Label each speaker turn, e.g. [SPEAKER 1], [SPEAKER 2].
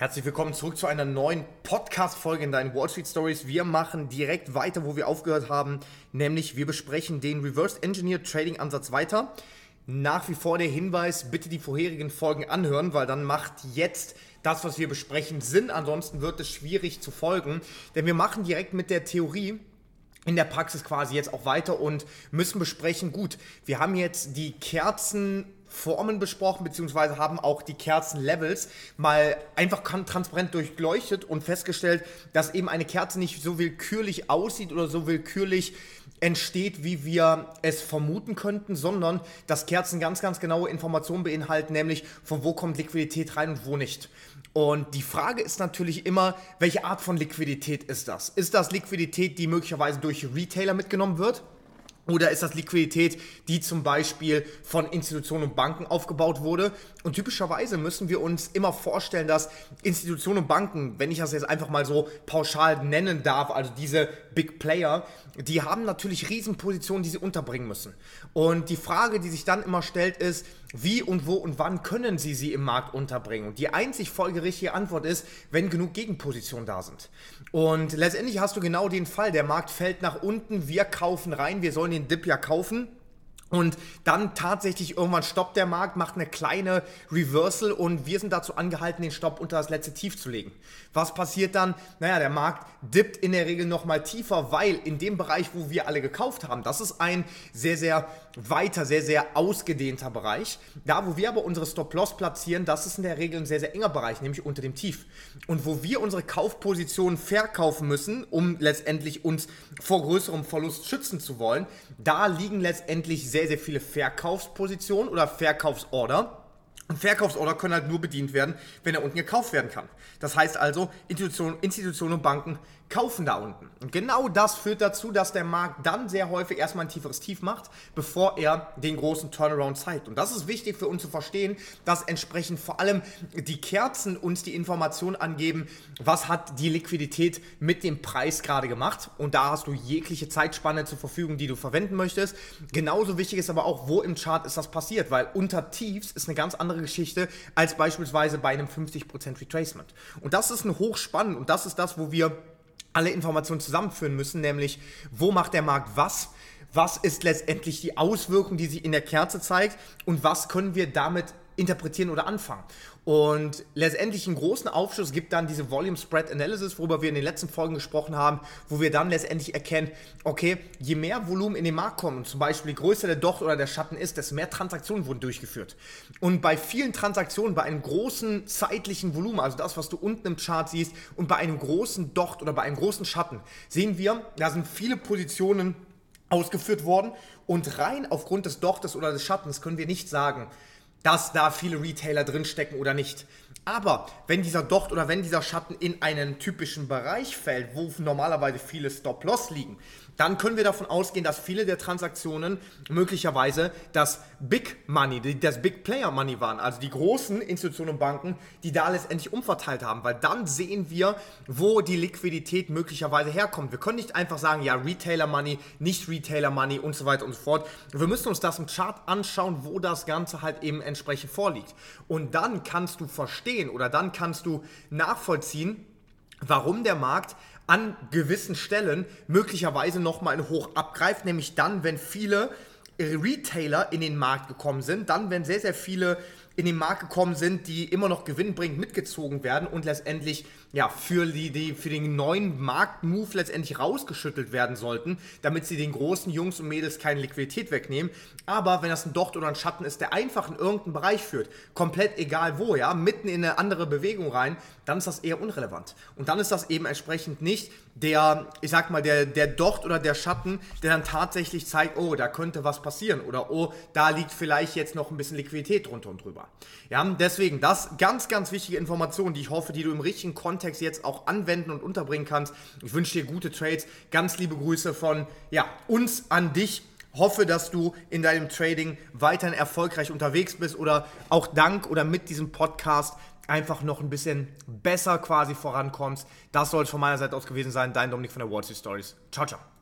[SPEAKER 1] Herzlich willkommen zurück zu einer neuen Podcast-Folge in deinen Wall Street Stories. Wir machen direkt weiter, wo wir aufgehört haben, nämlich wir besprechen den Reverse Engineered Trading Ansatz weiter. Nach wie vor der Hinweis, bitte die vorherigen Folgen anhören, weil dann macht jetzt das, was wir besprechen, Sinn. Ansonsten wird es schwierig zu folgen, denn wir machen direkt mit der Theorie in der Praxis quasi jetzt auch weiter und müssen besprechen, gut, wir haben jetzt die Kerzenformen besprochen, beziehungsweise haben auch die Kerzenlevels mal einfach transparent durchleuchtet und festgestellt, dass eben eine Kerze nicht so willkürlich aussieht oder so willkürlich entsteht, wie wir es vermuten könnten, sondern dass Kerzen ganz genaue Informationen beinhalten, nämlich von wo kommt Liquidität rein und wo nicht. Und die Frage ist natürlich immer, welche Art von Liquidität ist das? Ist das Liquidität, die möglicherweise durch Retailer mitgenommen wird? Oder ist das Liquidität, die zum Beispiel von Institutionen und Banken aufgebaut wurde? Und typischerweise müssen wir uns immer vorstellen, dass Institutionen und Banken, wenn ich das jetzt einfach mal so pauschal nennen darf, also diese Big Player, die haben natürlich Riesenpositionen, die sie unterbringen müssen. Und die Frage, die sich dann immer stellt, ist, wie und wo und wann können sie im Markt unterbringen? Und die einzig folgerichtige Antwort ist, wenn genug Gegenpositionen da sind. Und letztendlich hast du genau den Fall, der Markt fällt nach unten, wir kaufen rein, wir sollen den Dip ja kaufen. Und dann tatsächlich irgendwann stoppt der Markt, macht eine kleine Reversal und wir sind dazu angehalten, den Stopp unter das letzte Tief zu legen. Was passiert dann? Naja, der Markt dippt in der Regel nochmal tiefer, weil in dem Bereich, wo wir alle gekauft haben, das ist ein sehr weiter, sehr ausgedehnter Bereich. Da, wo wir aber unsere Stop-Loss platzieren, das ist in der Regel ein sehr enger Bereich, nämlich unter dem Tief. Und wo wir unsere Kaufpositionen verkaufen müssen, um letztendlich uns vor größerem Verlust schützen zu wollen, da liegen letztendlich sehr viele Verkaufspositionen oder Verkaufsorder. Und Verkaufsorder können halt nur bedient werden, wenn da unten gekauft werden kann. Das heißt also, Institutionen und Banken kaufen da unten. Und genau das führt dazu, dass der Markt dann sehr häufig erstmal ein tieferes Tief macht, bevor er den großen Turnaround zeigt. Und das ist wichtig für uns zu verstehen, dass entsprechend vor allem die Kerzen uns die Information angeben, was hat die Liquidität mit dem Preis gerade gemacht. Und da hast du jegliche Zeitspanne zur Verfügung, die du verwenden möchtest. Genauso wichtig ist aber auch, wo im Chart ist das passiert, weil unter Tiefs ist eine ganz andere Geschichte als beispielsweise bei einem 50% Retracement. Und das ist ein Hochspannend und das ist das, wo wir alle Informationen zusammenführen müssen, nämlich wo macht der Markt was ist letztendlich die Auswirkung, die sich in der Kerze zeigt und was können wir damit interpretieren oder anfangen. Und letztendlich einen großen Aufschluss gibt dann diese Volume Spread Analysis, worüber wir in den letzten Folgen gesprochen haben, wo wir dann letztendlich erkennen, okay, je mehr Volumen in den Markt kommt, zum Beispiel je größer der Docht oder der Schatten ist, desto mehr Transaktionen wurden durchgeführt. Und bei vielen Transaktionen, bei einem großen zeitlichen Volumen, also das, was du unten im Chart siehst, und bei einem großen Docht oder bei einem großen Schatten, sehen wir, da sind viele Positionen ausgeführt worden und rein aufgrund des Dochtes oder des Schattens können wir nicht sagen, dass da viele Retailer drinstecken oder nicht. Aber wenn dieser Docht oder wenn dieser Schatten in einen typischen Bereich fällt, wo normalerweise viele Stop-Loss liegen, dann können wir davon ausgehen, dass viele der Transaktionen möglicherweise das Big Money, das Big Player Money waren, also die großen Institutionen und Banken, die da letztendlich umverteilt haben, weil dann sehen wir, wo die Liquidität möglicherweise herkommt. Wir können nicht einfach sagen, ja, Retailer Money, nicht Retailer Money und so weiter und so fort. Wir müssen uns das im Chart anschauen, wo das Ganze halt eben entsprechend vorliegt. Und dann kannst du verstehen oder dann kannst du nachvollziehen, warum der Markt an gewissen Stellen möglicherweise nochmal ein Hoch abgreift, nämlich dann, wenn viele Retailer in den Markt gekommen sind, dann, wenn sehr viele in den Markt gekommen sind, die immer noch gewinnbringend mitgezogen werden und letztendlich ja, für den neuen Marktmove letztendlich rausgeschüttelt werden sollten, damit sie den großen Jungs und Mädels keine Liquidität wegnehmen. Aber wenn das ein Docht oder ein Schatten ist, der einfach in irgendeinen Bereich führt, komplett egal wo, ja, mitten in eine andere Bewegung rein, dann ist das eher unrelevant. Und dann ist das eben entsprechend nicht der Docht oder der Schatten, der dann tatsächlich zeigt, oh, da könnte was passieren oder oh, da liegt vielleicht jetzt noch ein bisschen Liquidität drunter und drüber. Ja, deswegen, das ganz wichtige Information, die ich hoffe, die du im richtigen Kontext jetzt auch anwenden und unterbringen kannst. Ich wünsche dir gute Trades, ganz liebe Grüße von uns an dich. Hoffe, dass du in deinem Trading weiterhin erfolgreich unterwegs bist oder auch dank oder mit diesem Podcast einfach noch ein bisschen besser quasi vorankommst. Das soll es von meiner Seite aus gewesen sein. Dein Dominik von der Wall Street Stories. Ciao, ciao.